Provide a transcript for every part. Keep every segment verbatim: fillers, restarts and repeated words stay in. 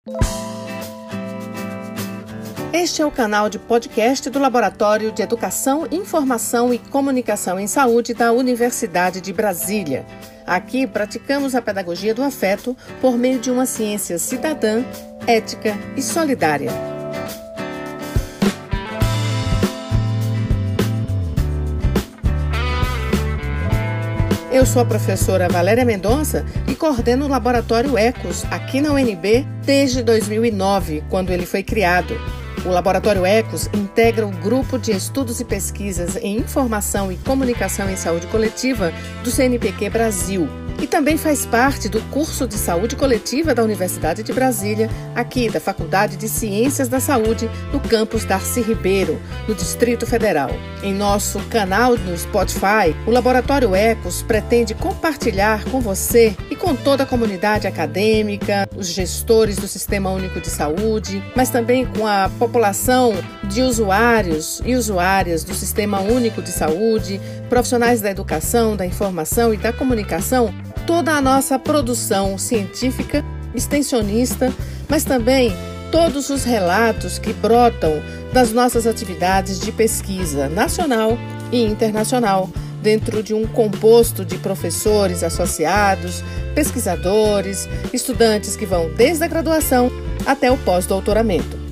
Este é o canal de podcast do Laboratório de Educação, Informação e Comunicação em Saúde da Universidade de Brasília. Aqui praticamos a pedagogia do afeto por meio de uma ciência cidadã, ética e solidária. Eu sou a professora Valéria Mendonça e coordeno o Laboratório Ecos aqui na U N B desde dois mil e nove, quando ele foi criado. O Laboratório Ecos integra o Grupo de Estudos e Pesquisas em Informação e Comunicação em Saúde Coletiva do C N P Q Brasil e também faz parte do curso de Saúde Coletiva da Universidade de Brasília, aqui da Faculdade de Ciências da Saúde, no campus Darcy Ribeiro, no Distrito Federal. Em nosso canal no Spotify, o Laboratório Ecos pretende compartilhar com você e com toda a comunidade acadêmica, os gestores do Sistema Único de Saúde, mas também com a população de usuários e usuárias do Sistema Único de Saúde, profissionais da educação, da informação e da comunicação, toda a nossa produção científica, extensionista, mas também todos os relatos que brotam das nossas atividades de pesquisa nacional e internacional, dentro de um composto de professores associados, pesquisadores, estudantes que vão desde a graduação até o pós-doutoramento.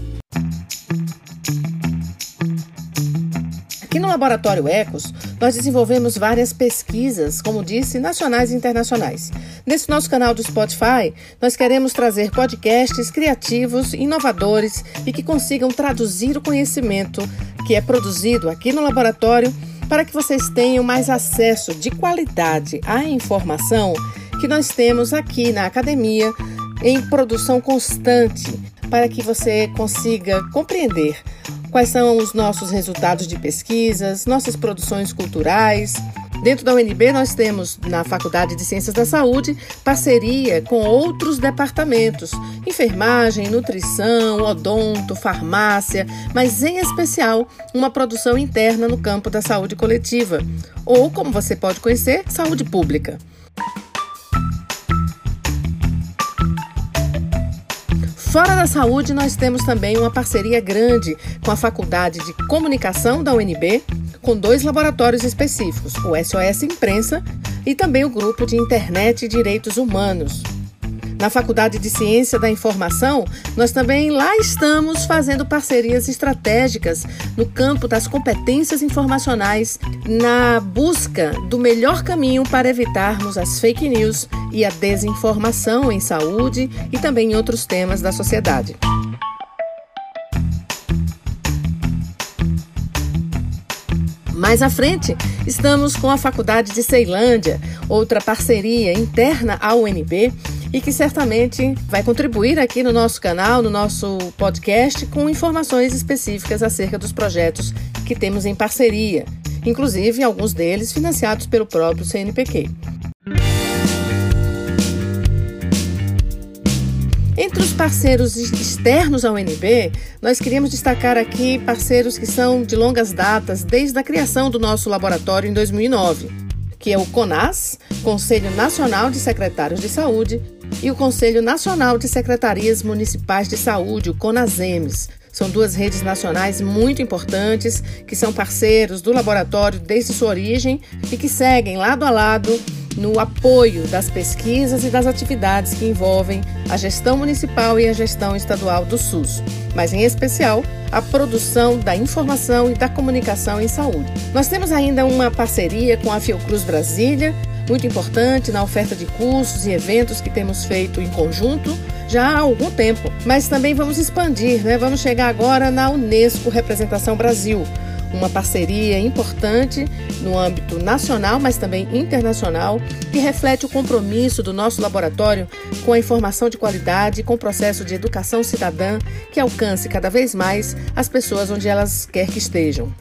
Aqui no Laboratório Ecos, nós desenvolvemos várias pesquisas, como disse, nacionais e internacionais. Nesse nosso canal do Spotify, nós queremos trazer podcasts criativos, inovadores e que consigam traduzir o conhecimento que é produzido aqui no laboratório para que vocês tenham mais acesso de qualidade à informação que nós temos aqui na academia em produção constante, para que você consiga compreender quais são os nossos resultados de pesquisas, nossas produções culturais. Dentro da U N B, nós temos, na Faculdade de Ciências da Saúde, parceria com outros departamentos, enfermagem, nutrição, odonto, farmácia, mas em especial uma produção interna no campo da saúde coletiva, ou, como você pode conhecer, saúde pública. Fora da saúde, nós temos também uma parceria grande com a Faculdade de Comunicação da U N B, com dois laboratórios específicos, o S O S Imprensa e também o Grupo de Internet e Direitos Humanos. Na Faculdade de Ciência da Informação, nós também lá estamos fazendo parcerias estratégicas no campo das competências informacionais, na busca do melhor caminho para evitarmos as fake news e a desinformação em saúde e também em outros temas da sociedade. Mais à frente, estamos com a Faculdade de Ceilândia, outra parceria interna à U N B, e que certamente vai contribuir aqui no nosso canal, no nosso podcast, com informações específicas acerca dos projetos que temos em parceria, inclusive alguns deles financiados pelo próprio C N P Q. Entre os parceiros externos à U N B, nós queríamos destacar aqui parceiros que são de longas datas, desde a criação do nosso laboratório em dois mil e nove, que é o CONAS, Conselho Nacional de Secretários de Saúde, e o Conselho Nacional de Secretarias Municipais de Saúde, o CONASEMES. São duas redes nacionais muito importantes, que são parceiros do laboratório desde sua origem e que seguem lado a lado no apoio das pesquisas e das atividades que envolvem a gestão municipal e a gestão estadual do SUS, mas em especial a produção da informação e da comunicação em saúde. Nós temos ainda uma parceria com a Fiocruz Brasília, muito importante na oferta de cursos e eventos que temos feito em conjunto já há algum tempo, mas também vamos expandir, né? Vamos chegar agora na Unesco Representação Brasil, uma parceria importante no âmbito nacional, mas também internacional, que reflete o compromisso do nosso laboratório com a informação de qualidade e com o processo de educação cidadã que alcance cada vez mais as pessoas onde elas quer que estejam.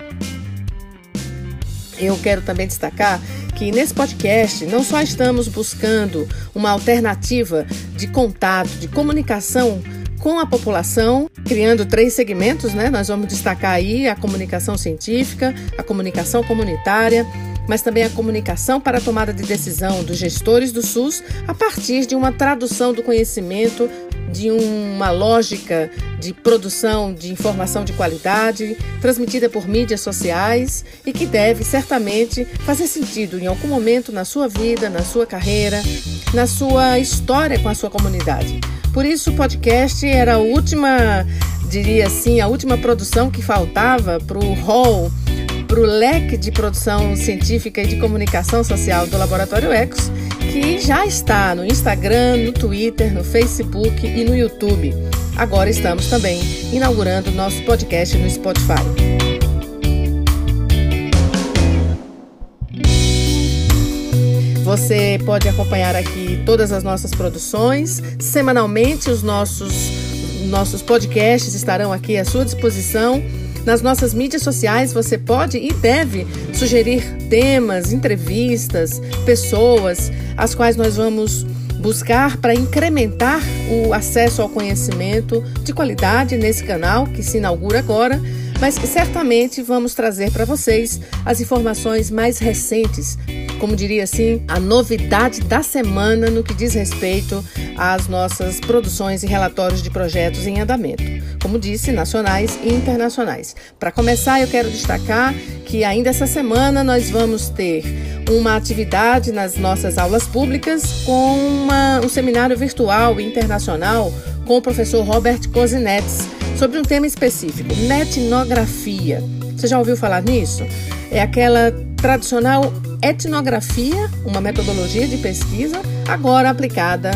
Eu quero também destacar que nesse podcast não só estamos buscando uma alternativa de contato, de comunicação com a população, criando três segmentos, né? Nós vamos destacar aí a comunicação científica, a comunicação comunitária, mas também a comunicação para a tomada de decisão dos gestores do SUS a partir de uma tradução do conhecimento de uma lógica de produção de informação de qualidade, transmitida por mídias sociais e que deve certamente fazer sentido em algum momento na sua vida, na sua carreira, na sua história com a sua comunidade. Por isso, o podcast era a última, diria assim, a última produção que faltava para o hall, para o leque de produção científica e de comunicação social do Laboratório Ecos, que já está no Instagram, no Twitter, no Facebook e no YouTube. Agora estamos também inaugurando nosso podcast no Spotify. Você pode acompanhar aqui todas as nossas produções. Semanalmente, os nossos, nossos podcasts estarão aqui à sua disposição. Nas nossas mídias sociais, você pode e deve sugerir temas, entrevistas, pessoas, as quais nós vamos buscar para incrementar o acesso ao conhecimento de qualidade nesse canal que se inaugura agora, mas que certamente vamos trazer para vocês as informações mais recentes, como diria assim, a novidade da semana no que diz respeito às nossas produções e relatórios de projetos em andamento, como disse, nacionais e internacionais. Para começar, eu quero destacar que ainda essa semana nós vamos ter uma atividade nas nossas aulas públicas com uma, um seminário virtual e internacional com o professor Robert Kozinets sobre um tema específico, netnografia. Você já ouviu falar nisso? É aquela tradicional etnografia, uma metodologia de pesquisa, agora aplicada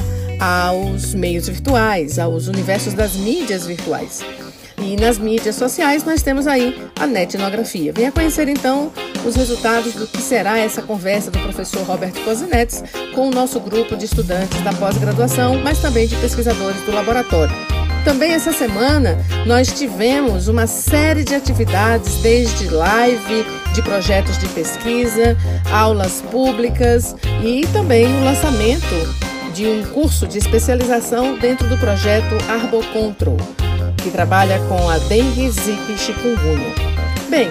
aos meios virtuais, aos universos das mídias virtuais. E nas mídias sociais nós temos aí a netnografia. Venha conhecer então os resultados do que será essa conversa do professor Robert Kozinets com o nosso grupo de estudantes da pós-graduação, mas também de pesquisadores do laboratório. Também essa semana nós tivemos uma série de atividades, desde live de projetos de pesquisa, aulas públicas e também o lançamento de um curso de especialização dentro do projeto Arbocontrol, que trabalha com a dengue, zika e chikungunya. Bem,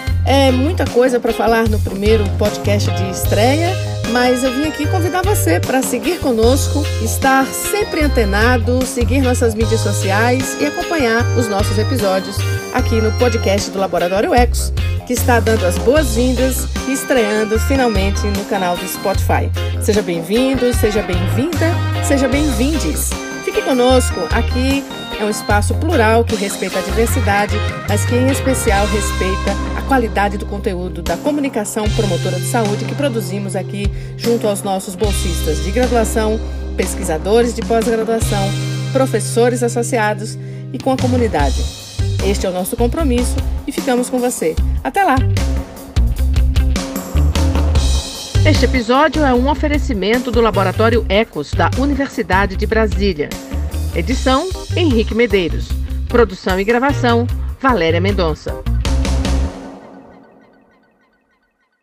é muita coisa para falar no primeiro podcast de estreia, mas eu vim aqui convidar você para seguir conosco, estar sempre antenado, seguir nossas mídias sociais e acompanhar os nossos episódios aqui no podcast do Laboratório Ecos, que está dando as boas-vindas e estreando finalmente no canal do Spotify. Seja bem-vindo, seja bem-vinda, seja bem-vindes. Fique conosco, aqui é um espaço plural que respeita a diversidade, mas que em especial respeita a qualidade do conteúdo da comunicação promotora de saúde que produzimos aqui junto aos nossos bolsistas de graduação, pesquisadores de pós-graduação, professores associados e com a comunidade. Este é o nosso compromisso e ficamos com você. Até lá! Este episódio é um oferecimento do Laboratório Ecos da Universidade de Brasília. Edição: Henrique Medeiros. Produção e gravação: Valéria Mendonça.